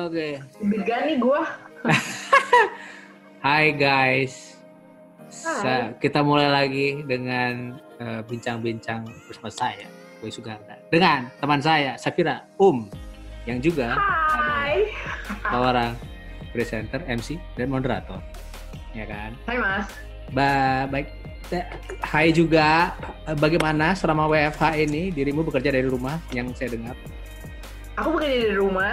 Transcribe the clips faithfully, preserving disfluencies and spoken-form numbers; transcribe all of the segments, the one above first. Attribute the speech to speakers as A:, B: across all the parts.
A: Oke.
B: Deg-degan nih gue.
A: Hai guys.
B: Hai.
A: Sa- kita mulai lagi dengan uh, bincang-bincang bersama saya, Boy Sugarda, dengan teman saya Safira Um, yang juga
B: Hai.
A: seorang presenter, M C, dan moderator, ya kan?
B: Hai Mas.
A: Ba- baik. Hai juga. Bagaimana selama W F H ini dirimu bekerja dari rumah? Yang saya dengar.
B: Aku bekerja dari rumah.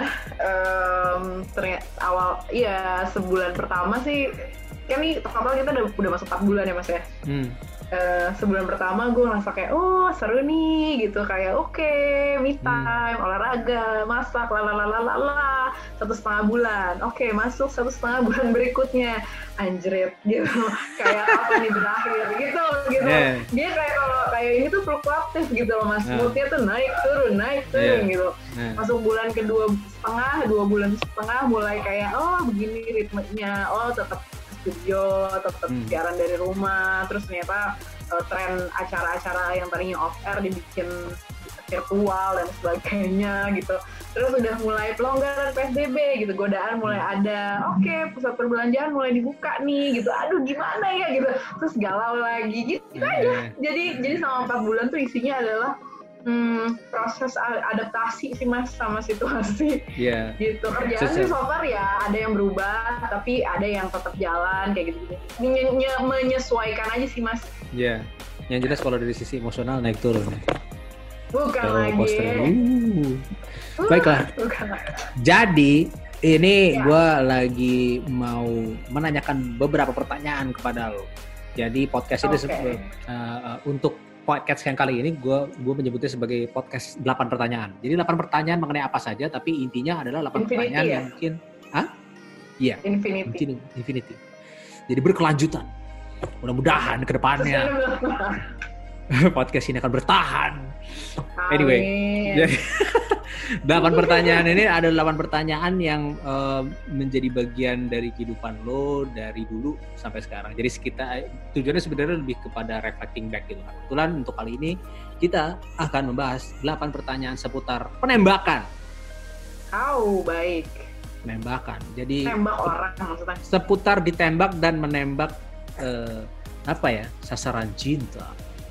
B: Um, ternyata awal, iya sebulan pertama sih. Kan nih total kita udah, udah masuk empat bulan ya Mas ya.
A: Hmm.
B: Uh, sebulan pertama gue ngerasa kayak oh seru nih gitu, kayak oke okay, me time, hmm. olahraga, masak, lalalala, satu setengah bulan, oke okay, masuk satu setengah bulan berikutnya, anjrit gitu, kayak apa nih berakhir gitu gitu. Yeah. Dia kayak kalau kayak ini tuh fluktuatif gitu loh Mas, yeah. moodnya tuh naik turun naik turun yeah. gitu. Yeah. Masuk bulan kedua setengah, dua bulan setengah mulai kayak oh begini ritmenya, oh tetap studio, tetap hmm. siaran dari rumah, terus ternyata uh, tren acara-acara yang tadinya off air dibikin virtual dan sebagainya gitu. Terus udah mulai pelonggaran P S B B gitu, godaan mulai ada, oke okay, pusat perbelanjaan mulai dibuka nih gitu, aduh gimana ya gitu, terus galau lagi gitu, gitu aja. Jadi jadi selama empat bulan tuh isinya adalah Hmm, proses adaptasi sih Mas sama situasi.
A: Iya.
B: Yeah. Gitu. Kerjaan sih so far ya ada yang berubah, tapi ada yang tetap jalan kayak gitu-gitu. Menye- menyesuaikan aja sih Mas.
A: Iya. Yeah. Yang jelas kalau dari sisi emosional naik turun.
B: Bukan
A: so,
B: lagi.
A: Uh. Baiklah.
B: Bukan.
A: Jadi ini
B: ya.
A: gue lagi mau menanyakan beberapa pertanyaan kepada lo. Jadi podcast okay. ini uh, uh, untuk podcast yang kali ini gue gue menyebutnya sebagai podcast delapan pertanyaan. Jadi delapan pertanyaan mengenai apa saja, tapi intinya adalah delapan
B: Infinity,
A: pertanyaan
B: ya?
A: yang mungkin, ah, iya,
B: Infinity.
A: mungkin Infinity. Jadi berkelanjutan. Mudah-mudahan ke depannya podcast ini akan bertahan. Anyway, jadi delapan pertanyaan ini ada delapan pertanyaan yang uh, menjadi bagian dari kehidupan lo dari dulu sampai sekarang. Jadi kita tujuannya sebenarnya lebih kepada reflecting back gitu. Kebetulan untuk kali ini kita akan membahas delapan pertanyaan seputar penembakan.
B: Oh, baik.
A: Penembakan. Jadi
B: tembak orang maksudnya.
A: Seputar ditembak dan menembak uh, apa ya? Sasaran cinta.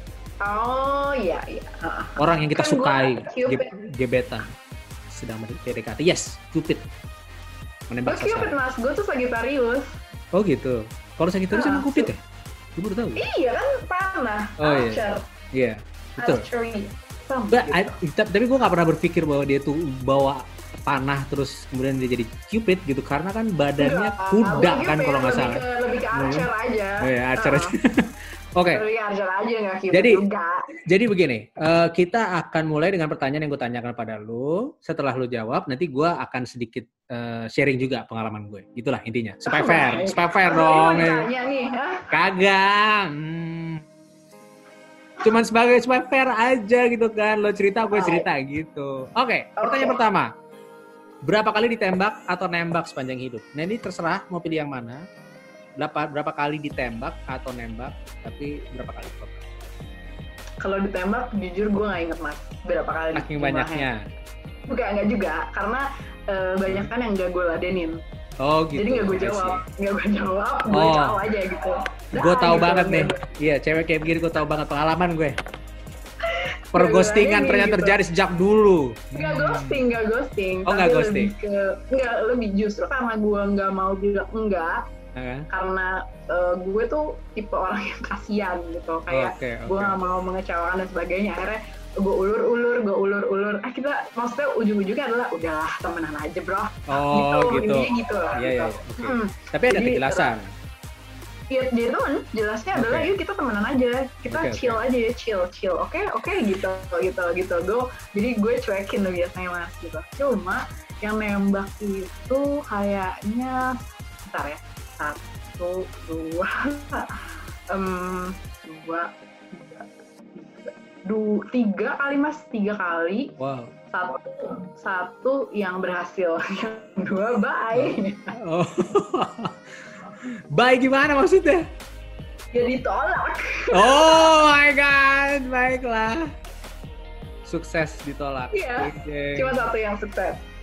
B: Oh iya iya.
A: Orang yang kita
B: kan
A: sukai, ge- gebetan, sedang P D K T. Yes, Cupid. Menembak
B: sasaran. Cupid Mas, gue tuh Sagittarius.
A: Oh gitu. Kalau Sagittarius nah, emang Cupid ya? Gue baru tahu.
B: Iya kan panah.
A: Oh iya. Iya, yeah, betul. Ba, I, tapi gue nggak pernah berpikir bahwa dia tuh bawa panah terus kemudian dia jadi Cupid gitu, karena kan badannya Enggak, kuda kan kalau nggak salah.
B: Ke, lebih ke archer hmm. aja.
A: Oh iya, archer uh. aja. Oke. Okay. Jadi,
B: juga.
A: jadi begini, uh, kita akan mulai dengan pertanyaan yang gue tanyakan pada lu. Setelah lu jawab, nanti gue akan sedikit uh, sharing juga pengalaman gue. Itulah intinya. Supaya oh, fair, baik. supaya fair oh, dong.
B: Tanya nih, huh?
A: Kagak. Hmm. Cuman sebagai supaya fair aja gitu kan. Lo cerita, gue cerita oh. gitu. Oke, okay, pertanyaan okay. pertama. Berapa kali ditembak atau nembak sepanjang hidup? Nah ini terserah mau pilih yang mana. Berapa berapa kali ditembak atau nembak, tapi berapa kali?
B: Kalau ditembak, jujur gue nggak inget Mas berapa kali.
A: Saking banyaknya.
B: Bukan, nggak juga, karena uh, banyak kan yang nggak gue ladenin.
A: Oh gitu.
B: Jadi nggak gue jawab, nggak gue jawab, gue
A: oh.
B: tahu aja gitu.
A: Gue tahu gitu, banget nih, iya cewek kayak begini gue tahu banget pengalaman gue. Perghostingan ternyata gitu. Terjadi sejak dulu.
B: Nggak hmm. ghosting, nggak ghosting.
A: Oh nggak ghosting.
B: Lebih ke, nggak lebih justru karena gue nggak mau bilang enggak. Okay. Karena uh, gue tuh tipe orang yang kasihan gitu, kayak okay, okay. gue gak mau mengecewakan dan sebagainya. Akhirnya gue ulur-ulur, gue ulur-ulur. Ah kita maksudnya ujung-ujungnya adalah udahlah temenan aja bro.
A: Oh gitu.
B: Intinya gitu lah.
A: Iya iya.
B: Gitu.
A: Okay.
B: Hmm.
A: Tapi ada Jadi, kejelasan.
B: Iya jadi teman. Jelasnya okay. adalah yuk kita temenan aja, kita okay, chill okay. aja ya chill chill. Oke okay? oke okay, gitu gitu gitu. Gue jadi gue cuekin loh biasanya Mas gitu. Cuma yang nembak itu kayaknya bentar ya. Satu, dua, um, dua, tiga, du, tiga kali Mas, tiga kali.
A: Wow.
B: Satu, satu yang berhasil, yang dua bye.
A: Oh. Bye gimana maksudnya?
B: Ya ditolak.
A: Oh my god, baiklah. Sukses ditolak.
B: Iya. Okay. Cuma satu yang sukses.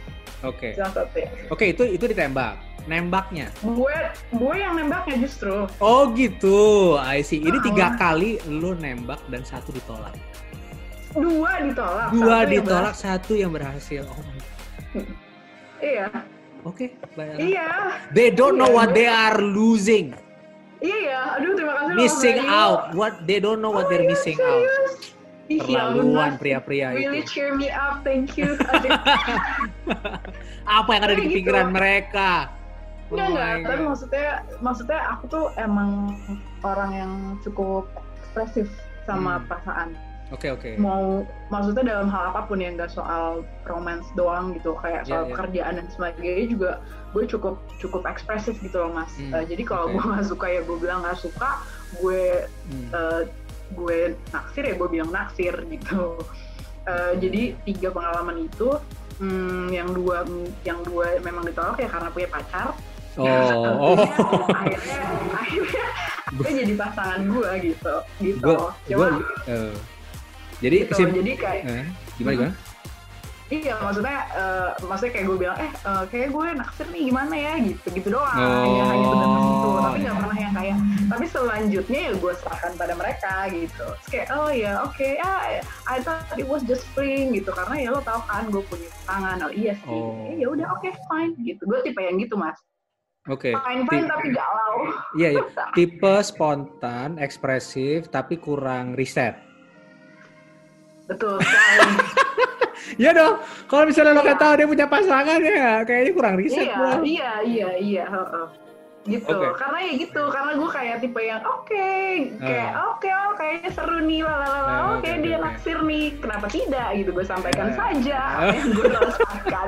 A: Oke.
B: Salah satu ya.
A: Oke, itu itu ditembak. Nembaknya.
B: Gue gue yang nembaknya justru.
A: Oh gitu. I see. Ini
B: Oh.
A: tiga kali lu nembak dan satu ditolak.
B: Dua ditolak.
A: Dua
B: satu yang
A: ditolak,
B: berhasil.
A: satu yang berhasil. Oh my.
B: Iya.
A: Oke, baiklah.
B: Iya.
A: They don't know
B: Iya,
A: what
B: gue-
A: they are losing.
B: Iya ya. Aduh terima kasih. loh,
A: Missing
B: Mbak Yu.
A: out. What they don't know what
B: Oh
A: they're
B: my God,
A: missing out.
B: serius? Ih, ya
A: Terlaluan
B: benar.
A: pria-pria
B: Really
A: itu.
B: cheer me up, thank you. Asik.
A: Apa yang ada di
B: Kayak gitu.
A: pikiran mereka? Oh
B: Enggak, enggak,
A: my
B: tapi
A: God.
B: maksudnya maksudnya aku tuh emang orang yang cukup ekspresif sama
A: Hmm.
B: perasaan.
A: Oke, oke.
B: Mau maksudnya dalam hal apapun ya, nggak soal romance doang gitu, kayak
A: Iya,
B: soal
A: iya.
B: pekerjaan dan sebagainya juga gue cukup cukup ekspresif gitu loh Mas.
A: Hmm,
B: Eh, jadi kalau
A: oke.
B: gue nggak suka ya gue bilang nggak suka, gue
A: Hmm.
B: eh, gue naksir ya gue bilang naksir gitu. Eh, jadi tiga pengalaman itu, hmm, yang dua yang dua memang ditolak ya karena punya pacar.
A: Oh, oh.
B: akhirnya akhirnya akhirnya jadi pasangan gue gitu gitu.
A: Gue, gue,
B: Cuma
A: eh, jadi
B: gitu,
A: kesim-
B: jadi kayak
A: eh, gimana gimana?
B: iya maksudnya eh, maksudnya kayak gue bilang eh eh, kayak gue naksir nih gimana ya gitu gitu doang,
A: Oh.
B: hanya hanya sebatas itu, tapi nggak pernah yang kayak, tapi selanjutnya ya gue serahkan pada mereka gitu. Terus kayak oh ya oke ya I thought it was just fling gitu, karena ya lo tau kan gue punya tangan. Oh iya sih.
A: Oh.
B: Eh, ya udah oke fine gitu, gue tipe yang gitu Mas.
A: Oke.
B: Fine fine
A: Ti-
B: tapi galau.
A: Iya, iya. Tipe spontan, ekspresif, tapi kurang riset.
B: Betul sekali.
A: Iya dong. Kalau misalnya lo
B: Iya.
A: nggak tahu dia punya pasangan ya, kayaknya kurang riset
B: iya,
A: bro.
B: iya, iya, iya, heeh. Gitu.
A: Oke.
B: Karena ya gitu, karena gue kayak tipe yang oke, kayak
A: Ah.
B: oke, oh kayaknya seru nih, lalalala,
A: Ah,
B: oke
A: oke,
B: dia
A: oke.
B: naksir nih, kenapa tidak gitu, gue sampaikan
A: Ah.
B: saja
A: Ah.
B: apa yang gue rasakan.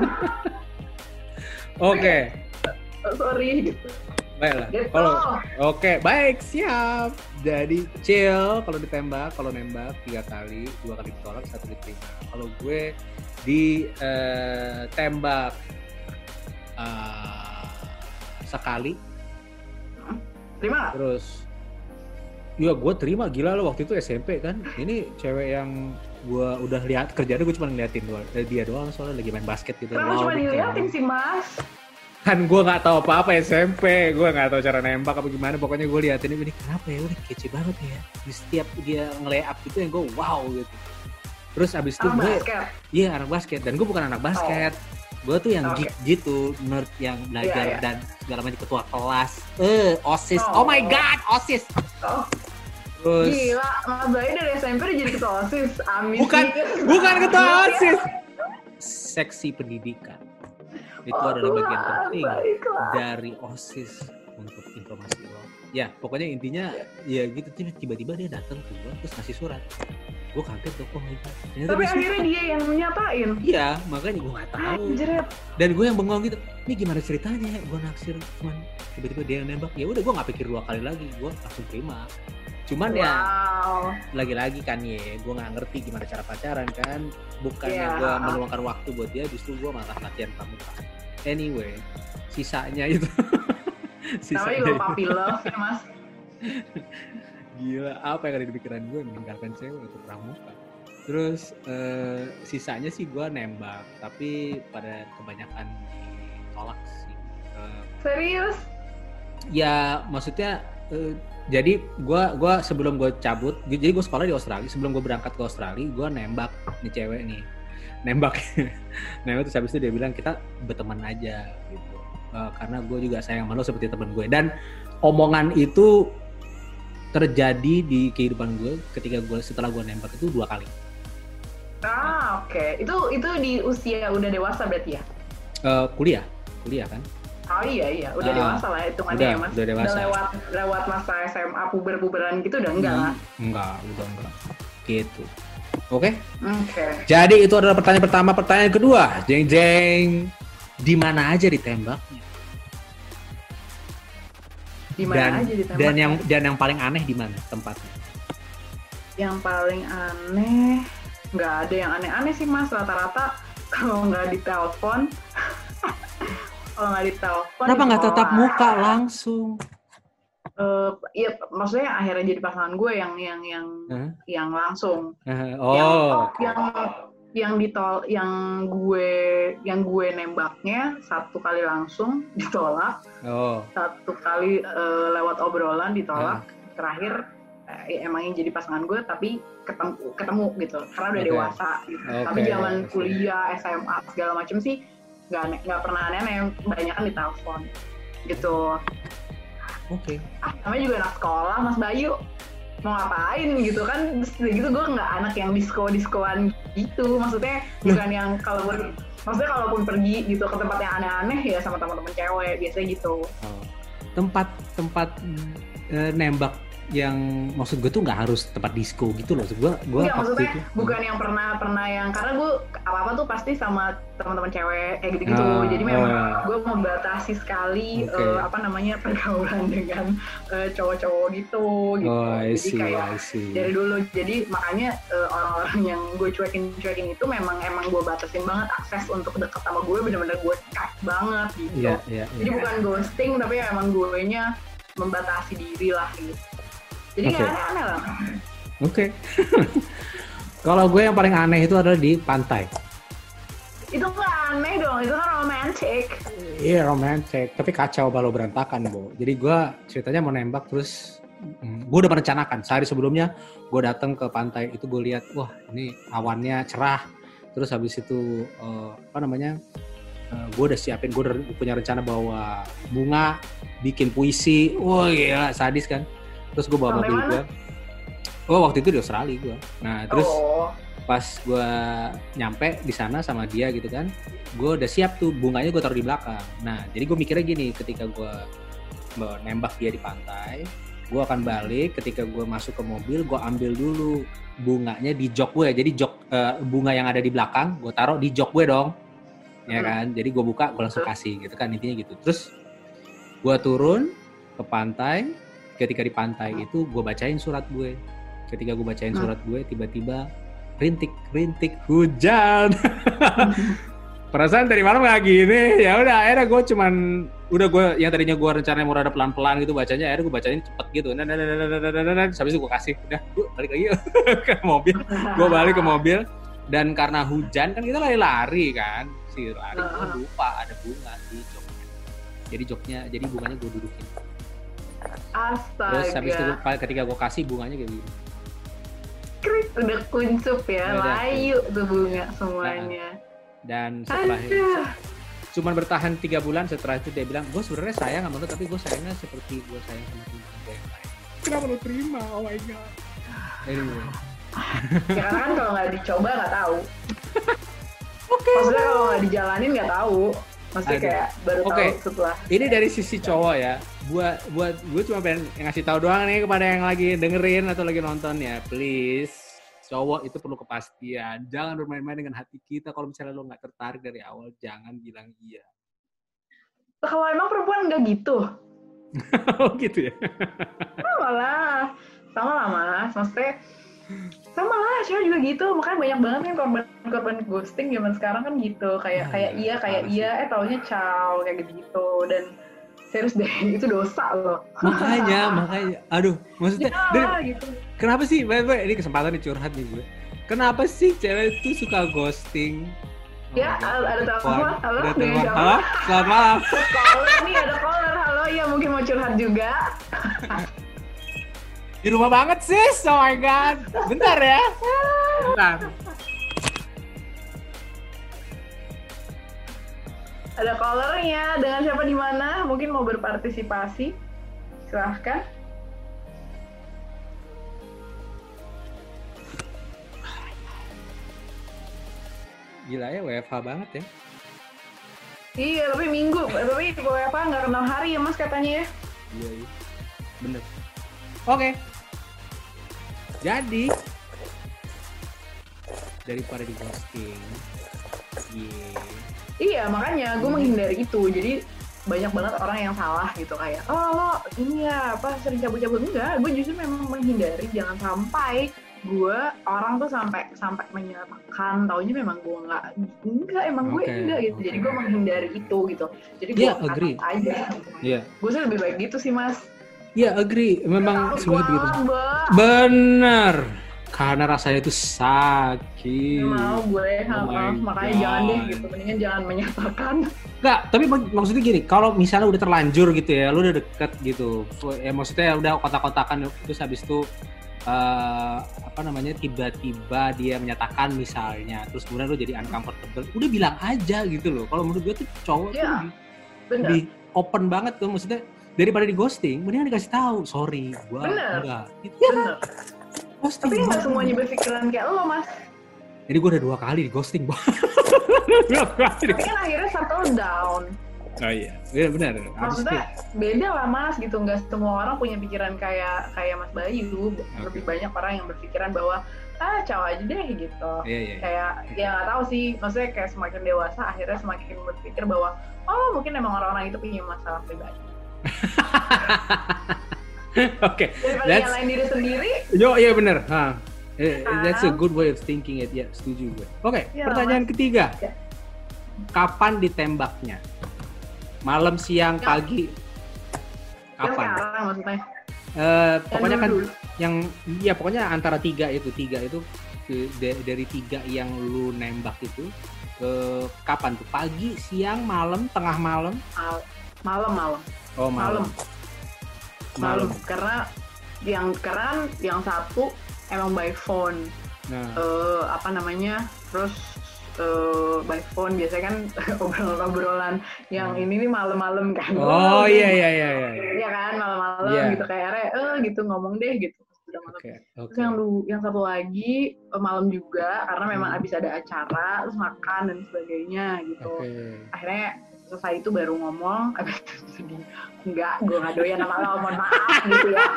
A: Oke,
B: Oh, sorry gitu.
A: baiklah.
B: Gitu.
A: Kalau oke, baik, siap. Jadi chill kalau ditembak, kalau nembak tiga kali, dua kali ditolak, satu diterima. Kalau gue ditembak eh, sekali,
B: Terima nggak?
A: terus ya gue terima, gila lo waktu itu S M P kan. Ini cewek yang gue udah lihat kerjanya, gue cuma ngeliatin doang, eh, dia doang soalnya lagi main basket gitu.
B: Kenapa cuma
A: nih
B: diliatin
A: keren.
B: sih Mas?
A: Kan gue nggak tahu apa-apa S M P, gue nggak tahu cara nembak apa gimana. Pokoknya gue liatin ini kenapa ya, udah kece banget ya. Di setiap dia nge-layup gitu yang gue wow gitu. Terus abis itu
B: Anak
A: gue,
B: basket.
A: iya anak basket, dan gue bukan anak basket. Gue tuh yang
B: Oke.
A: geek gitu, nerd yang belajar
B: Iya, iya.
A: dan segala macam, ketua kelas, eh OSIS, oh.
B: Oh.
A: my god OSIS.
B: Oh,
A: Terus
B: gila, Mas Bayu dari S M P udah jadi ketua OSIS. Amin.
A: bukan
B: sih.
A: bukan ketua
B: Amin, ya.
A: OSIS, seksi pendidikan. Itu
B: Oh,
A: adalah bagian
B: Tuhan,
A: penting
B: baiklah.
A: dari OSIS untuk informasi lo. Ya, pokoknya intinya ya gitu, tiba-tiba dia datang ke gue terus ngasih surat. Gue kaget tuh, kok gitu. Ternyata
B: Tapi
A: dia suka.
B: akhirnya dia yang nyatain.
A: Iya, makanya gue nggak tahu.
B: Anjret.
A: Dan gue yang bengong gitu. Ini gimana ceritanya ya? Gue naksir, cuman tiba-tiba dia yang nembak. Ya udah, gue nggak pikir dua kali lagi, gue langsung terima. Cuman ya
B: Wow.
A: lagi-lagi kan ya, gue nggak ngerti gimana cara pacaran kan. Bukannya
B: Iya.
A: gue meluangkan waktu buat dia, justru gue malah latihan pramuka. Anyway, sisanya itu.
B: Namanya juga puppy love ya Mas.
A: Gila, apa yang ada di pikiran gue meninggalkan cewek untuk pramuka. Terus eh, sisanya sih gue nembak, tapi pada kebanyakan ditolak sih. Eh,
B: Serius?
A: ya maksudnya eh, jadi gue gua sebelum gue cabut, jadi gue sekolah di Australia. Sebelum gue berangkat ke Australia, gue nembak nih cewek nih, nembak, nembak terus habis itu dia bilang kita berteman aja gitu. Eh, karena gue juga sayang sama lo seperti teman gue. Dan omongan itu terjadi di kehidupan gue ketika gue setelah gue nembak itu dua kali.
B: Ah oke. Okay. Itu itu di usia udah dewasa berarti ya?
A: Uh, kuliah, kuliah kan?
B: Oh iya iya, udah
A: Ah,
B: dewasa lah hitungannya
A: udah,
B: ya Mas.
A: udah dewasa.
B: lewat lewat masa S M A puber-puberan gitu udah enggak lah.
A: Hmm, enggak, udah enggak. Gitu. Oke.
B: Oke.
A: Jadi itu adalah pertanyaan pertama. Pertanyaan kedua, jeng jeng, di mana aja ditembaknya?
B: Di mana
A: Dan
B: aja ditembak?
A: dan yang dan yang paling aneh di mana tempatnya?
B: Yang paling aneh nggak ada yang aneh-aneh sih Mas, rata-rata kalau nggak ditelepon kalau nggak ditelepon
A: Kenapa
B: di
A: nggak tatap
B: sekolah.
A: muka langsung?
B: Eh, iya maksudnya akhirnya jadi pasangan gue yang yang yang
A: Hah?
B: yang langsung
A: Eh,
B: yang
A: Oh,
B: yang yang ditol yang gue yang gue nembaknya satu kali langsung ditolak,
A: oh.
B: satu kali uh, lewat obrolan ditolak, ah. terakhir eh, emang yang jadi pasangan gue tapi ketemu ketemu gitu karena udah okay. dewasa gitu. Okay. Tapi zaman kuliah S M A segala macam sih nggak nggak pernah aneh-aneh, banyak kan di telepon gitu.
A: Oke. Okay.
B: Ah, namanya juga anak sekolah, Mas Bayu. Mau ngapain gitu kan, terus gitu gue nggak anak yang disko-diskoan gitu, maksudnya bukan yang kalaupun maksudnya kalaupun pergi gitu ke tempat yang aneh-aneh ya sama teman-teman cewek biasanya gitu.
A: Oh. tempat tempat e, nembak yang maksud gue tuh nggak harus tempat disco gitu loh, gue gue
B: ya, maksudnya itu. Bukan yang pernah pernah yang karena gue apa apa tuh pasti sama teman-teman cewek kayak gitu gitu, oh, jadi memang oh. gue membatasi sekali okay. uh, apa namanya pergaulan dengan uh, cowok-cowok gitu gitu.
A: Oh, I
B: see, jadi kayak dari dulu, jadi makanya uh, orang-orang yang gue cuekin cuekin itu memang emang gue batasin banget akses untuk dekat sama gue, benar-benar gue cut banget gitu. Yeah, yeah, yeah. Jadi bukan ghosting tapi ya emang gue nya membatasi diri lah gitu. Jadi okay. Gak aneh-aneh lah. Oke.
A: Okay. Kalau gue yang paling aneh itu adalah di pantai.
B: Itu nggak aneh dong, itu kan romantic.
A: Iya romantic, tapi kacau balau berantakan, Bo. Jadi gue ceritanya mau nembak terus, hmm, gue udah merencanakan. Sehari sebelumnya gue datang ke pantai itu, gue lihat, wah ini awannya cerah. Terus habis itu uh, apa namanya? Uh, gue udah siapin, gue udah punya rencana bawa bunga, bikin puisi. Wah gila, sadis kan. Terus gue bawa mobil gue. Oh waktu itu di Australia gue. Nah terus
B: oh.
A: pas gue nyampe di sana sama dia gitu kan, gue udah siap tuh bunganya gue taruh di belakang. Nah jadi gue mikirnya gini, ketika gue nembak dia di pantai, gue akan balik. Ketika gue masuk ke mobil, gue ambil dulu bunganya di jok gue. Jadi jok uh, bunga yang ada di belakang, gue taruh di jok gue dong, ya kan. Jadi gue buka, gue langsung kasih gitu kan, intinya gitu. Terus gue turun ke pantai. Ketika di pantai itu gue bacain surat gue. Ketika gue bacain surat gue, tiba-tiba rintik-rintik hujan. Perasaan dari malam nggak gini. Ya udah, akhirnya gue cuman udah gue yang tadinya gue rencananya mau rada pelan-pelan gitu bacanya, akhirnya gue bacain cepet gitu. Nah, nah, nah, nah, nah, nah, nah. Habis itu gue kasih, udah, gue balik lagi ke mobil. Gue balik ke mobil dan karena hujan kan kita lari-lari kan, si lari gue lupa ada bunga di joknya. Jadi joknya, jadi bunganya gue dudukin.
B: Astaga.
A: Terus habis itu ketika gue kasih bunganya kayak gini.
B: Krik, udah kuncup ya, udah, layu tuh bunga semuanya.
A: Nah, dan setelah itu, cuman bertahan tiga bulan, setelah itu dia bilang, gue sebenarnya sayang sama lo, tapi gue sayangnya seperti gue sayang sama teman gue yang lain. Kenapa lo terima? Oh my god. Anyway.
B: Ya karena kan kalau nggak dicoba nggak tahu. Oke. Okay. Maksudnya kalau nggak dijalanin nggak tahu. Maksudnya Aduh. Kayak baru okay. tahu setelah.
A: Ini dari sisi cowok ya. Buat buat gue cuma pengen ngasih tahu doang nih kepada yang lagi dengerin atau lagi nonton ya, please. Cowok itu perlu kepastian. Jangan bermain-main dengan hati kita. Kalau misalnya lo nggak tertarik dari awal, jangan bilang iya.
B: Kalau emang perempuan nggak gitu?
A: Oh gitu ya?
B: Sama lah. Sama lah mas. Maksudnya sama lah, cewek juga gitu. Makanya banyak banget kan korban-korban ghosting zaman sekarang kan gitu. Kayak nah, kayak iya, kayak iya, eh taunya caw kayak gitu. Dan serius deh, itu dosa loh.
A: Makanya, makanya. Aduh, maksudnya
B: ya,
A: dari,
B: gitu.
A: Kenapa sih? Ini kesempatan dicurhat nih gue. Kenapa sih cewek itu suka ghosting?
B: Oh, ya, ada telepon. Halo,
A: ada telepon. Halo, selamat malam.
B: Caller nih, ada caller. Halo, ya mungkin mau curhat juga.
A: Di rumah banget sis, oh my god. Bentar ya. Bentar.
B: Ada callernya, dengan siapa di mana? Mungkin mau berpartisipasi. Silahkan.
A: Gila ya, W F H banget ya.
B: Iya, tapi minggu, tapi W F H nggak kenal hari ya mas katanya ya.
A: Iya, iya. Bener. Oke. Jadi daripada di ghosting, yeah.
B: Iya makanya gue menghindari itu. Jadi banyak banget orang yang salah gitu kayak, oh lo ini ya apa sering cabut-cabut. Enggak, gue justru memang menghindari jangan sampai gue orang tuh sampai sampai menyatakan taunya memang gue nggak enggak emang gue okay, enggak gitu. Okay. Jadi gue menghindari itu gitu. Jadi gue
A: yeah, agree.
B: aja.
A: Yeah.
B: Gue sih lebih baik gitu sih mas.
A: Iya, agree. Memang sebenarnya begitu. Benar. karena rasanya itu sakit.
B: Nggak mau gue,
A: Oh my
B: makanya
A: God.
B: jangan deh gitu, mendingan jangan menyatakan.
A: Enggak, tapi mak- maksudnya gini, kalau misalnya udah terlanjur gitu ya, lu udah deket gitu, ya maksudnya udah kontak-kontakan terus habis itu eh, apa namanya tiba-tiba dia menyatakan misalnya, terus kemudian lu jadi uncomfortable, udah bilang aja gitu loh. Kalau menurut gue tuh cowok tuh
B: Iya,
A: lebih,
B: bener.
A: lebih open banget tuh, maksudnya daripada di ghosting, mendingan dikasih tahu, sorry, gua
B: Bener.
A: enggak. Gitu. Ya,
B: Bener.
A: ghosting.
B: Tapi nggak semuanya berpikiran kayak lo, Mas.
A: Jadi gue udah dua kali di ghosting, Bang. Dua kali.
B: Tapi kan akhirnya settle down.
A: Oh iya, iya benar.
B: Maksudnya beda lah, Mas, gitu. Nggak semua orang punya pikiran kayak kayak Mas Bayu. Lebih banyak orang yang berpikiran bahwa ah cowok aja deh gitu.
A: Iya, iya.
B: Kayak ya nggak tahu sih. Maksudnya kayak semakin dewasa akhirnya semakin berpikir bahwa oh mungkin emang orang-orang itu punya masalah pribadi.
A: Oke,
B: Daripada
A: that's
B: nyalain diri sendiri.
A: yo iya benar. Ha. Eh,
B: Ah.
A: That's a good way of thinking it. Ya, setuju gue. Oke,
B: Iya,
A: pertanyaan
B: Mas.
A: ketiga.
B: Ya.
A: Kapan ditembaknya? Malam, siang,
B: Yang-
A: pagi?
B: Yang
A: Kapan?
B: sekarang maksudnya.
A: Eh, pokoknya kan
B: dulu.
A: yang ya pokoknya antara tiga itu tiga itu ke- da- dari tiga yang lu nembak itu eh, kapan tuh? Pagi, siang, malam, tengah malam?
B: Mal- malam malam
A: Oh malam.
B: malam karena yang karena kan yang satu emang by phone
A: Nah,
B: eh apa namanya terus eh by phone biasanya kan obrolan-obrolan yang
A: Hmm.
B: ini nih malam-malam kan.
A: oh iya iya iya iya.
B: Iya kan malam-malam
A: Iya.
B: gitu kayak "Re, eh gitu ngomong deh gitu udah malam.
A: Oke oke.
B: Terus yang lu yang satu lagi eh, malam juga karena memang
A: Hmm.
B: habis ada acara terus makan dan sebagainya gitu.
A: Oke.
B: Akhirnya selesai itu baru ngomong abis itu sedih enggak gue nggak doyan sama lo mohon maaf gitu ya.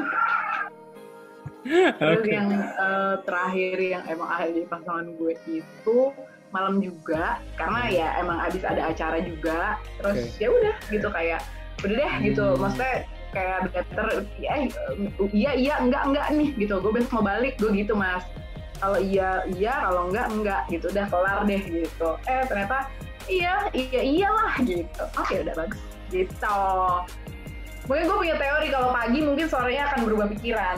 B: Terus
A: Oke.
B: yang eh, terakhir yang emang ahli pasangan gue itu malam juga karena ya emang abis ada acara juga terus
A: Oke.
B: ya udah gitu kayak udah deh gitu
A: Hmm.
B: maksudnya kayak better ya eh, iya iya enggak enggak nih gitu gue besok mau balik gue gitu mas kalau iya iya kalau enggak enggak gitu udah kelar deh gitu eh ternyata iya iya iyalah gitu oke udah bagus gitu mungkin gue punya teori kalau pagi mungkin sorenya akan berubah pikiran.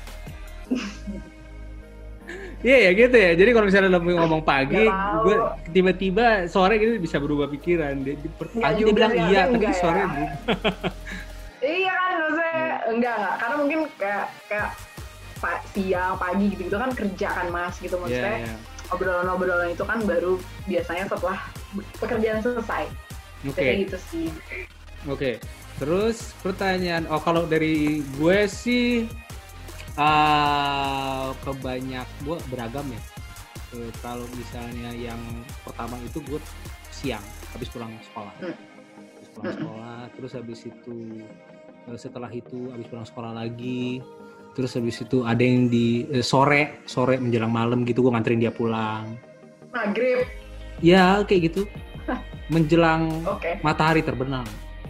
A: Iya ya gitu ya. Jadi kalau misalnya lo ngomong pagi,
B: Nggak tahu.
A: gue tiba-tiba sore gitu bisa berubah pikiran. Dia, di-
B: Nggak
A: pagi dia
B: juga
A: bilang
B: sih,
A: iya,
B: tapi
A: tapi
B: enggak
A: sore
B: ya.
A: berubah.
B: Iya kan maksudnya enggak enggak karena mungkin kayak kayak pa- siang pagi gitu gitu kan kerja kan mas gitu
A: Iya
B: maksudnya
A: iya.
B: obrolan-obrolan itu kan baru biasanya setelah pekerjaan selesai
A: Oke
B: kayak gitu sih.
A: oke. Terus pertanyaan, oh kalau dari gue sih uh, kebanyak gue beragam ya. Eh, kalau misalnya yang pertama itu gue siang habis pulang sekolah.
B: Hmm.
A: Habis pulang sekolah, terus habis itu eh, setelah itu habis pulang sekolah lagi, terus habis itu ada yang di eh, sore sore menjelang malam gitu gue nganterin dia pulang.
B: Maghrib
A: Ya kayak gitu. Menjelang
B: oke
A: matahari terbenam.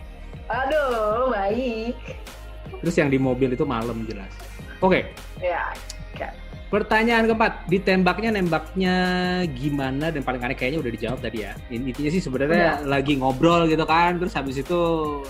B: aduh baik
A: Terus yang di mobil itu malam jelas. Oke.
B: ya oke.
A: Pertanyaan keempat, ditembaknya nembaknya gimana dan paling aneh kayaknya udah dijawab tadi ya. Intinya sih sebenarnya lagi ngobrol gitu kan, terus habis itu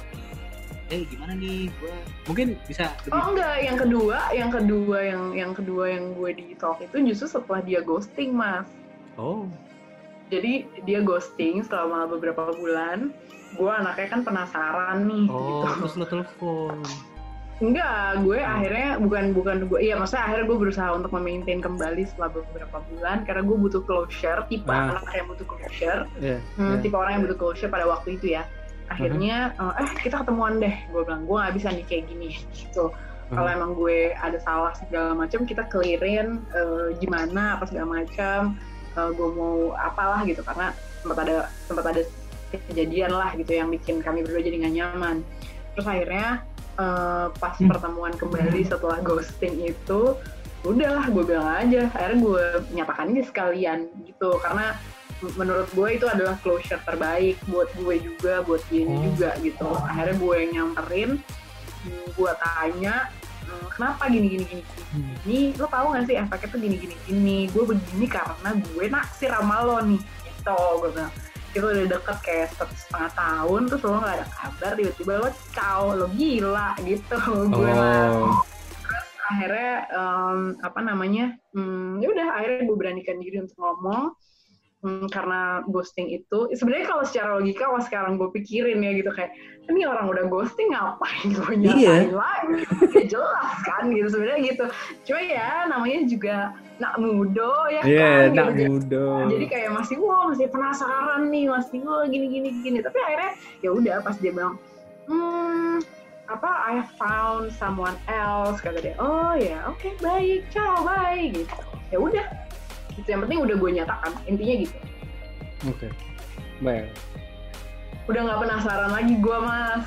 A: eh gimana nih gue mungkin bisa lebih.
B: Oh enggak yang kedua yang kedua yang yang kedua yang gue di talk itu justru setelah dia ghosting mas.
A: Oh.
B: Jadi dia ghosting selama beberapa bulan. Gue anaknya kan penasaran nih.
A: Oh,
B: gitu.
A: terus lo telepon.
B: Enggak, gue akhirnya bukan bukan gue. Iya, maksudnya akhirnya gue berusaha untuk memaintain kembali setelah beberapa bulan karena gue butuh closure. Tipe
A: Ah.
B: anak yang butuh closure.
A: Iya.
B: Hmm,
A: iya.
B: Tipe orang yang butuh closure pada waktu itu ya. Akhirnya, eh eh, kita ketemuan deh. Gue bilang gue nggak bisa nih kayak gini. Gitu. Kalau emang gue ada salah segala macam, kita clearin eh, gimana apa segala macam. Uh, gue mau apalah gitu karena sempat ada sempat ada kejadian lah gitu yang bikin kami berdua jadi nggak nyaman. Terus akhirnya uh, pas
A: Hmm.
B: pertemuan kembali setelah ghosting itu, udahlah gue bilang aja. Akhirnya gue nyatakan aja sekalian gitu karena m- menurut gue itu adalah closure terbaik buat gue juga, buat dia
A: Oh.
B: juga gitu. Akhirnya gue yang nyamperin, hmm, gue tanya hmm, kenapa gini gini gini
A: Hmm.
B: ini lo tau gak sih efeknya tuh gini gini gini gue begini karena gue naksir sama lo nih gitu gue bilang kita udah deket kayak satu setengah tahun terus lo gak ada kabar tiba-tiba lo caw lo gila gitu gue bilang.
A: Oh.
B: Terus akhirnya um, apa namanya hmm, ya udah akhirnya gue beranikan diri untuk ngomong. Hmm, karena ghosting itu sebenarnya kalau secara logika kalau sekarang gue pikirin ya gitu kayak ini orang udah ghosting ngapain gue nyatain iya. lagi ya jelas kan gitu sebenarnya gitu cuma ya namanya juga nak mudo ya
A: yeah,
B: kan
A: nak
B: gitu.
A: mudo
B: Jadi kayak masih wah masih penasaran nih masih wah gini gini gini tapi akhirnya ya udah pas dia bilang hmm apa I found someone else kata dia oh ya oke okay, baik ciao bye gitu ya udah itu yang penting udah gue nyatakan intinya gitu.
A: Oke, okay. Baik.
B: Udah nggak penasaran lagi gue mas.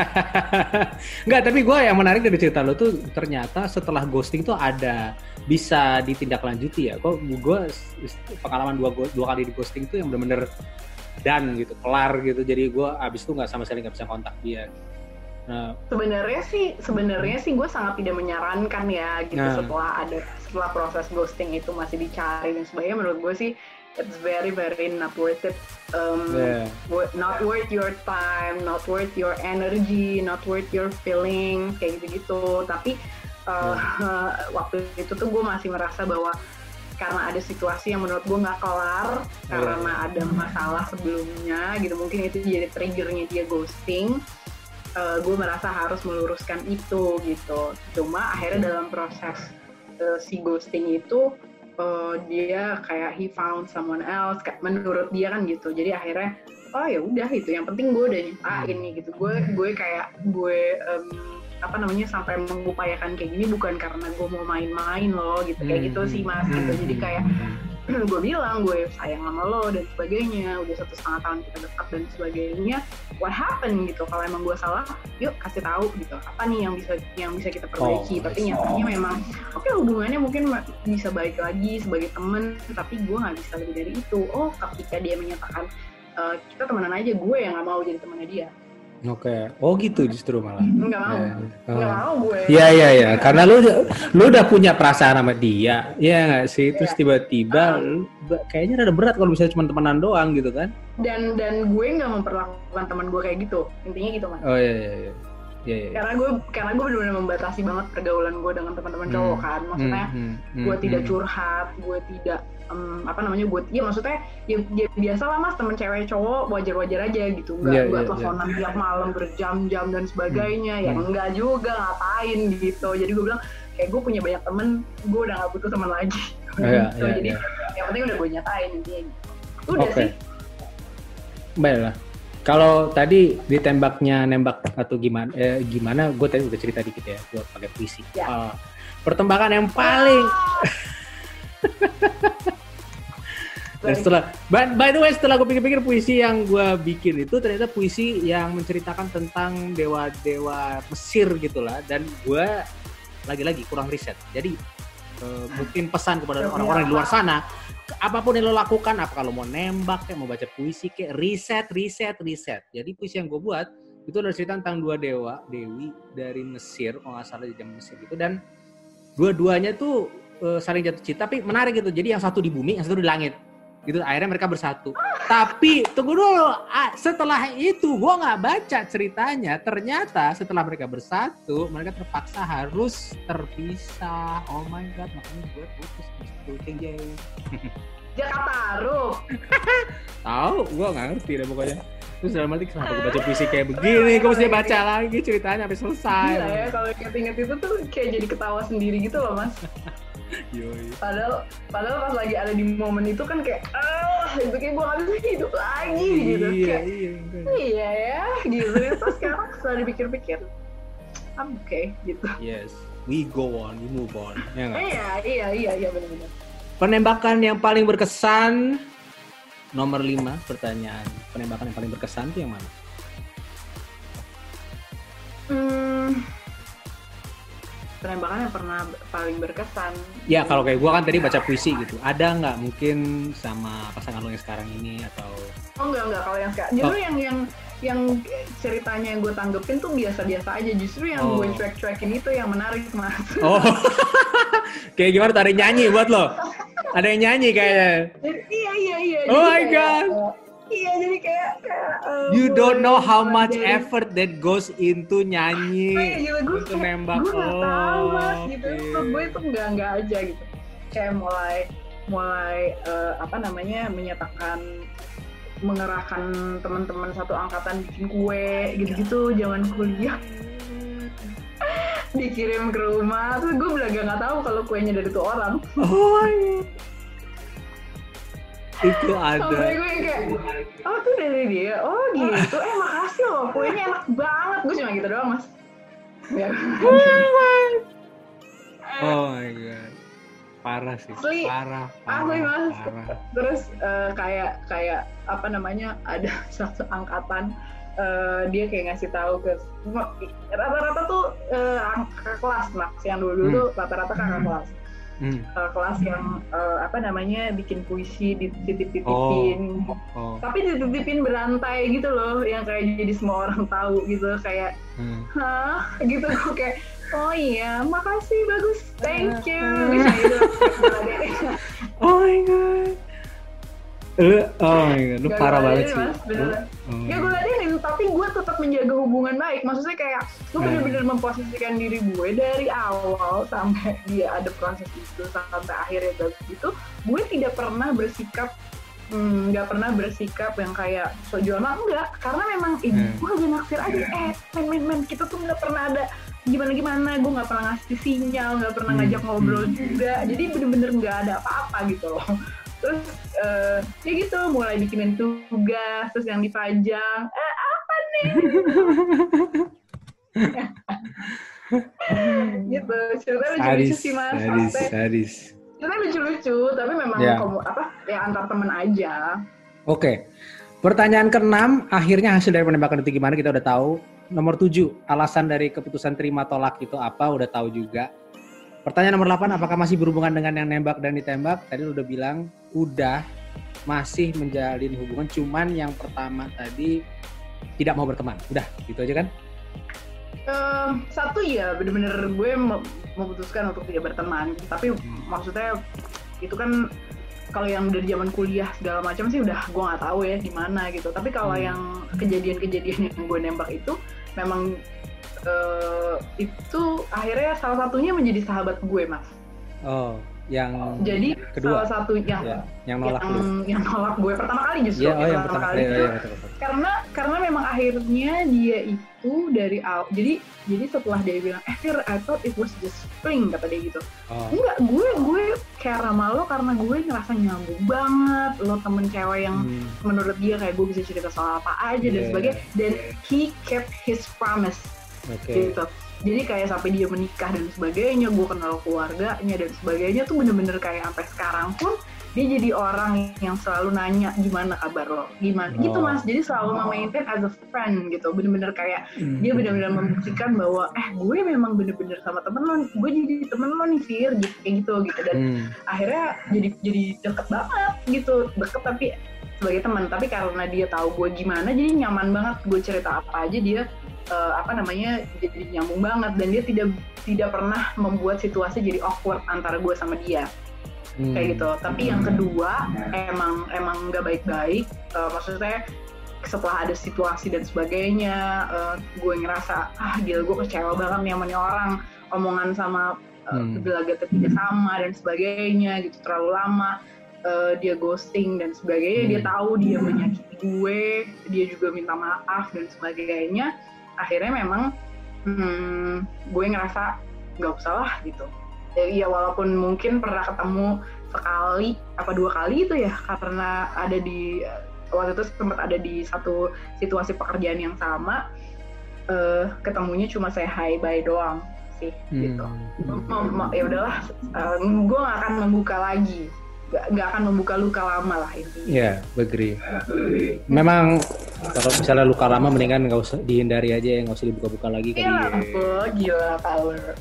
A: Nggak, tapi gue yang menarik dari cerita lo tuh ternyata setelah ghosting tuh ada bisa ditindaklanjuti ya. Kok gue pengalaman dua dua kali di ghosting tuh yang benar-benar done gitu, kelar gitu. Jadi gue abis itu nggak sama sekali nggak bisa kontak dia.
B: Nah, sebenarnya sih sebenarnya sih gue sangat tidak menyarankan ya gitu nah. setelah ada setelah proses ghosting itu masih dicari dan sebagainya menurut gue sih it's very very not worth it um, yeah. not worth your time not worth your energy not worth your feeling kayak gitu-gitu tapi uh, yeah. waktu itu tuh gue masih merasa bahwa karena ada situasi yang menurut gue nggak kelar yeah. karena ada masalah sebelumnya gitu mungkin itu jadi triggernya dia ghosting. Uh, gue merasa harus meluruskan itu gitu. Cuma akhirnya dalam proses uh, si ghosting itu uh, dia kayak he found someone else. Menurut dia kan gitu. Jadi akhirnya oh ya udah itu. Yang penting gue udah nyatain nih gitu. Gue gue kayak gue um, apa namanya sampai mengupayakan kayak gini bukan karena gue mau main-main loh gitu. Kayak gitu sih mas. Gitu. Jadi kayak gue bilang gue sayang sama lo dan sebagainya udah satu setengah tahun kita dekat dan sebagainya what happened gitu kalau emang gue salah yuk kasih tahu gitu apa nih yang bisa yang bisa kita perbaiki oh, tapi nyatanya memang oke okay, hubungannya mungkin bisa baik lagi sebagai temen tapi gue nggak bisa lebih dari itu oh ketika dia menyatakan uh, kita temenan aja gue yang nggak mau jadi temannya dia.
A: Oke, okay. Oh gitu justru malah.
B: Enggak mau,
A: ya.
B: Enggak oh. mau gue.
A: Iya iya iya, karena lu lu udah punya perasaan sama dia, ya nggak sih? Terus yeah. tiba-tiba, uh. kayaknya rada berat kalau misalnya cuma temenan doang gitu kan?
B: Dan dan gue nggak memperlakukan teman gue kayak gitu, intinya gitu mas.
A: Oh iya iya iya. Yeah, yeah.
B: Karena gue karena gue benar-benar membatasi banget pergaulan gue dengan teman-teman hmm. cowok kan, maksudnya hmm. Hmm. gue hmm. tidak curhat, gue tidak um, apa namanya gue, ya maksudnya ya, ya biasa lah mas teman cewek cowok wajar-wajar aja gitu, nggak yeah, nggak yeah, teleponan yeah. tiap malam berjam-jam dan sebagainya, hmm. ya hmm. enggak juga ngapain gitu, jadi gue bilang kayak gue punya banyak temen, gue udah nggak butuh teman lagi, yeah, gitu. yeah, jadi yeah. yang penting udah gue nyatain intinya, udah okay. sih.
A: Baiklah. Kalau tadi ditembaknya nembak atau gimana, eh, gimana? Gue tadi udah cerita dikit ya, gue pakai puisi. Ya. Uh, pertembakan yang paling. Dan setelah, by, by the way, setelah gue pikir-pikir puisi yang gue bikin itu ternyata puisi yang menceritakan tentang dewa-dewa Mesir gitulah. Dan gue lagi-lagi kurang riset. Jadi uh, mungkin pesan kepada ya, orang-orang ya. di luar sana. Apapun yang lo lakukan, apa kalau mau nembak kayak mau baca puisi kayak riset, riset, riset. Jadi puisi yang gue buat itu adalah cerita tentang dua dewa, dewi dari Mesir, kalau nggak salah di zaman Mesir gitu. Dan dua-duanya tuh uh, saling jatuh cinta, tapi menarik gitu. Jadi yang satu di bumi, yang satu di langit. Gitu. Akhirnya mereka bersatu. Tapi tunggu dulu, setelah itu gue nggak baca ceritanya. Ternyata setelah mereka bersatu, mereka terpaksa harus terpisah. Oh my god, makanya gue putus gitu, jeng.
B: Jakarta Taruh.
A: Tahu, gue nggak ngerti deh pokoknya. Terus dalam arti kenapa gue baca puisi kayak begini, gue mesti baca lagi ceritanya sampai selesai.
B: Gila ya, kalau inget-inget itu tuh kayak jadi ketawa sendiri gitu loh mas.
A: Yoi.
B: Padahal, padahal pas lagi ada di momen itu kan kayak, ah, itu kayak gue gak bisa hidup lagi
A: iya,
B: gitu. Kayak,
A: iya,
B: iya ya, gitu. Terus sekarang setelah dipikir-pikir, I'm okay gitu.
A: Yes, we go on, we move on. Ya,
B: iya, iya, iya, iya benar-benar.
A: Penembakan yang paling berkesan, nomor lima pertanyaan. Penembakan yang paling berkesan itu yang mana?
B: Hmm... penembakan yang pernah paling berkesan.
A: Ya kalau kayak gue kan tadi baca puisi gitu. Ada nggak mungkin sama pasangan lo yang sekarang ini atau?
B: Oh enggak enggak kalau yang sekarang. Justru oh. yang yang yang ceritanya yang gue tanggepin tuh biasa-biasa aja. Justru yang oh. gue cuek-cuekin itu yang menarik mas. Oh.
A: Kayak gimana? Ada yang nyanyi buat lo? Ada yang nyanyi kayaknya.
B: Iya iya iya.
A: Oh my god.
B: Iya, jadi kayak, kayak uh,
A: you don't know how much jadi, effort that goes into nyanyi,
B: oh, iya, gila, gue
A: untuk nembak.
B: Gue nggak
A: oh,
B: tahu mas, gitu.
A: Okay.
B: Menurut gue itu nggak nggak aja gitu. Kayak mulai mulai uh, apa namanya menyatakan mengerahkan teman-teman satu angkatan bikin kue gitu-gitu zaman kuliah. Dikirim ke rumah, terus gue bener nggak tahu kalau kuenya dari tuh orang.
A: Oh iya. Itu ada.
B: Sampai gue kayak, oh tuh dari dia, oh gitu, eh makasih loh, kuenya enak banget. Gue cuma gitu doang mas. Ya.
A: Oh my god, parah sih,
B: Asli,
A: parah, parah,
B: asli mas.
A: parah.
B: Terus uh, kayak kayak apa namanya ada satu angkatan. Uh, dia kayak ngasih tahu ke rata-rata tuh uh, kakak kelas Max yang dulu hmm. tuh rata-rata kakak kelas hmm. uh, kelas yang uh, apa namanya bikin puisi dititip-titipin oh. Oh. tapi dititipin berantai gitu loh yang kayak jadi semua orang tahu gitu kayak hmm. hah gitu gue kayak oh iya makasih bagus thank you gitu.
A: Oh my god. Lu, oh my god, lu parah banget sih.
B: Mas, beneran. Oh. Ya gue ladenin, tapi gue tetap menjaga hubungan baik. Maksudnya kayak gue bener-bener memposisikan diri gue dari awal sampai dia ada proses itu sampai akhirnya bagus itu. Gue tidak pernah bersikap, nggak hmm, pernah bersikap yang kayak so jual mah enggak. Karena memang eh, hmm. gue lagi naksir aja. Eh, men-men-men kita tuh nggak pernah ada gimana-gimana. Gue nggak pernah ngasih sinyal, nggak pernah ngajak ngobrol hmm. juga. Jadi bener-bener nggak ada apa-apa gitu loh. Terus uh, ya gitu mulai bikinin tugas terus yang dipajang eh apa nih gitu ceritanya lucu-lucu sih mas
A: sadis sadis
B: ceritanya lucu-lucu tapi memang yeah. komu, apa ya antar temen aja.
A: Oke okay. Pertanyaan keenam akhirnya hasil dari penembakan itu gimana kita udah tahu. Nomor tujuh alasan dari keputusan terima tolak itu apa udah tahu juga. Pertanyaan nomor delapan, apakah masih berhubungan dengan yang nembak dan ditembak? Tadi lu udah bilang, udah masih menjalin hubungan, cuman yang pertama tadi tidak mau berteman. Udah, gitu aja kan?
B: Uh, satu ya, bener-bener gue memutuskan untuk tidak berteman. Tapi hmm. maksudnya itu kan kalau yang dari zaman kuliah segala macam sih udah gue nggak tahu ya gimana gitu. Tapi kalau hmm. yang kejadian-kejadian yang gue nembak itu memang Uh, itu akhirnya salah satunya menjadi sahabat gue mas.
A: Oh, yang
B: jadi
A: kedua.
B: Salah satu yang
A: ya, yang nolak
B: yang, yang nolak gue pertama kali justru.
A: Ya, oh, yang
B: pertama
A: pertama
B: kali
A: ya,
B: itu
A: ya, ya,
B: karena karena memang akhirnya dia itu dari awal. Jadi jadi setelah dia bilang, eh Fir, I thought it was just fling kata dia gitu. Oh. Enggak, gue gue care sama lo karena gue ngerasa nyambung banget. Lo temen cewek yang hmm. menurut dia kayak gue bisa cerita soal apa aja yeah. dan sebagainya. Dan he kept his promise. Okay. Gitu. Jadi kayak sampai dia menikah dan sebagainya, gue kenal keluarganya dan sebagainya tuh bener-bener kayak sampai sekarang pun dia jadi orang yang selalu nanya gimana kabar lo, gimana oh. gitu mas. Jadi selalu memaintain as a friend gitu, bener-bener kayak mm. dia bener-bener membuktikan bahwa eh gue memang bener-bener sama temen lo, gue jadi temen lo nih Fir, gitu kayak gitu gitu dan mm. akhirnya jadi jadi deket banget gitu, deket tapi sebagai teman. Tapi karena dia tahu gue gimana, jadi nyaman banget gue cerita apa aja dia. Uh, apa namanya jadi nyambung banget dan dia tidak tidak pernah membuat situasi jadi awkward antara gue sama dia hmm. kayak gitu. Tapi yang kedua emang emang nggak baik-baik. Uh, maksudnya setelah ada situasi dan sebagainya, uh, gue ngerasa ah gila gue kecewa banget nih sama nih orang, omongan sama uh, hmm. gelagatnya tidak sama dan sebagainya gitu, terlalu lama. Uh, dia ghosting dan sebagainya. Hmm. Dia tahu dia menyakiti gue, dia juga minta maaf dan sebagainya. Akhirnya memang hmm, gue ngerasa nggak usah lah gitu. Jadi ya walaupun mungkin pernah ketemu sekali apa dua kali itu ya karena ada di waktu itu sempat ada di satu situasi pekerjaan yang sama, uh, ketemunya cuma say hi bye doang sih hmm. gitu. Hmm. Ya udahlah, uh, gue nggak akan membuka lagi. Gak akan membuka luka lama lah intinya.
A: Iya, agree. Memang kalau misalnya luka lama mendingan nggak usah dihindari aja ya, nggak usah dibuka-buka lagi.
B: Iya lah, gila power.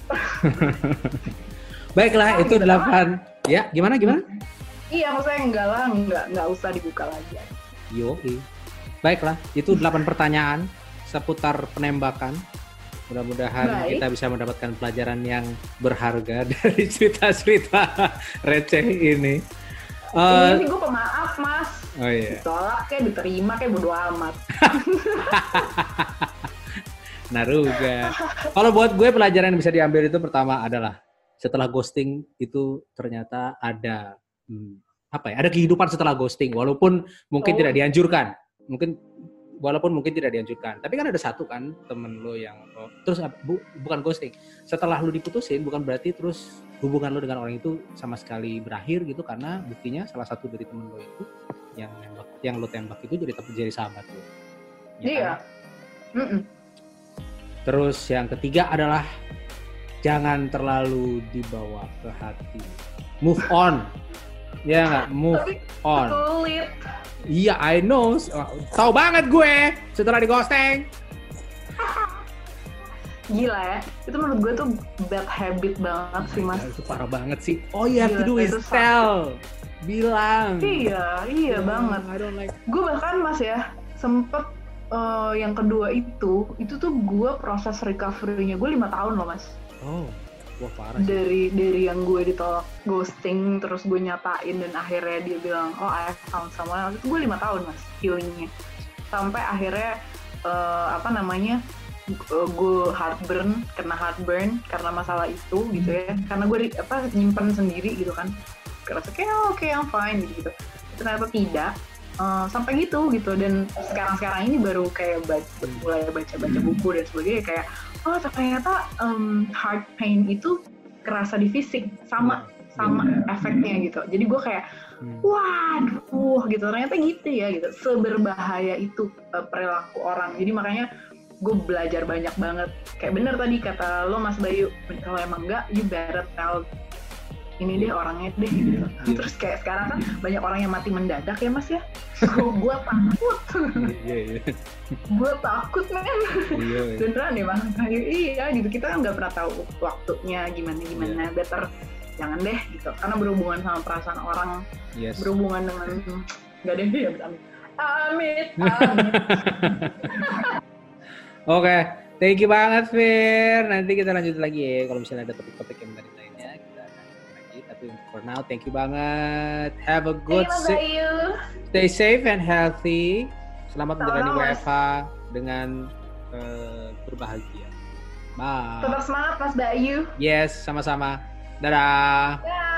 A: Baiklah, itu delapan. Ya, gimana gimana?
B: Iya, maksudnya enggak lah, enggak nggak usah dibuka lagi.
A: Yo, baiklah, itu delapan pertanyaan seputar penembakan. Mudah-mudahan Baik. kita bisa mendapatkan pelajaran yang berharga dari cerita-cerita receh ini.
B: Uh, ini gue pemaaf mas.
A: Oh iya.
B: Ditolak kayak diterima kayak bodo amat.
A: Naruga. Kalau buat gue pelajaran yang bisa diambil itu pertama adalah setelah ghosting itu ternyata ada hmm, apa ya? Ada kehidupan setelah ghosting walaupun mungkin oh. tidak dianjurkan. Mungkin walaupun mungkin tidak dianjurkan. Tapi kan ada satu kan temen lo yang oh, terus bu, bukan ghosting. Setelah lo diputusin bukan berarti terus hubungan lo dengan orang itu sama sekali berakhir gitu karena buktinya salah satu dari temen lo itu yang nembak, yang lo tembak itu jadi jadi sahabat lo. Ya,
B: iya. Kan?
A: Terus yang ketiga adalah jangan terlalu dibawa ke hati. Move on. Ya nggak? Move
B: Tapi
A: on.
B: Sulit.
A: Iya, I know. Tahu banget gue setelah di ghosting.
B: Gila ya. Itu menurut gue tuh bad habit banget sih, Mas.
A: Itu parah banget sih. Oh iya, you have to do is tell. Bilang.
B: Iya, iya yeah, banget.
A: I don't like.
B: Gue bahkan Mas ya, sempet uh, yang kedua itu, itu tuh gue proses recovery-nya gue lima tahun loh, Mas.
A: Oh. Wah, parah.
B: Dari dari yang gue ditolak ghosting terus gue nyatain dan akhirnya dia bilang oh I found someone else, itu gue lima tahun Mas healingnya sampai akhirnya uh, apa namanya uh, gue heartburn kena heartburn karena masalah itu gitu ya karena gue apa nyimpen sendiri gitu kan kerasa kayak oh, oke okay, I'm fine gitu ternyata tidak uh, sampai gitu gitu dan sekarang sekarang ini baru kayak baca, mulai baca baca buku dan sebagainya kayak oh ternyata um, heart pain itu kerasa di fisik sama sama yeah. efeknya gitu. Jadi gue kayak hmm. waduh gitu ternyata gitu ya gitu seberbahaya itu uh, perilaku orang. Jadi makanya gue belajar banyak banget. Kayak bener tadi kata lo Mas Bayu kalau emang enggak you better tell ini deh orangnya deh gitu. Yeah. Terus kayak sekarang kan banyak orang yang mati mendadak ya Mas ya. Gue takut.
A: Iya, iya.
B: Gue takut men. Iya, iya. Beneran ya Mas. Iya gitu kita kan nggak pernah tahu waktunya gimana gimana. Yeah. Better jangan deh gitu. Karena berhubungan sama perasaan orang.
A: Yes.
B: Berhubungan dengan nggak deh ya amit. Amit. Amit.
A: Oke, okay. Thank you banget Fir. Nanti kita lanjut lagi ya kalau misalnya ada topik-topik yang menarik lainnya kita lanjut lagi. Tapi for now thank you banget. Have a good
B: stay,
A: stay safe and healthy. Selamat menjalani W F H dengan uh, berbahagia. Bye.
B: Tetap semangat Mas Bayu.
A: Yes, sama-sama. Dadah.
B: Dadah.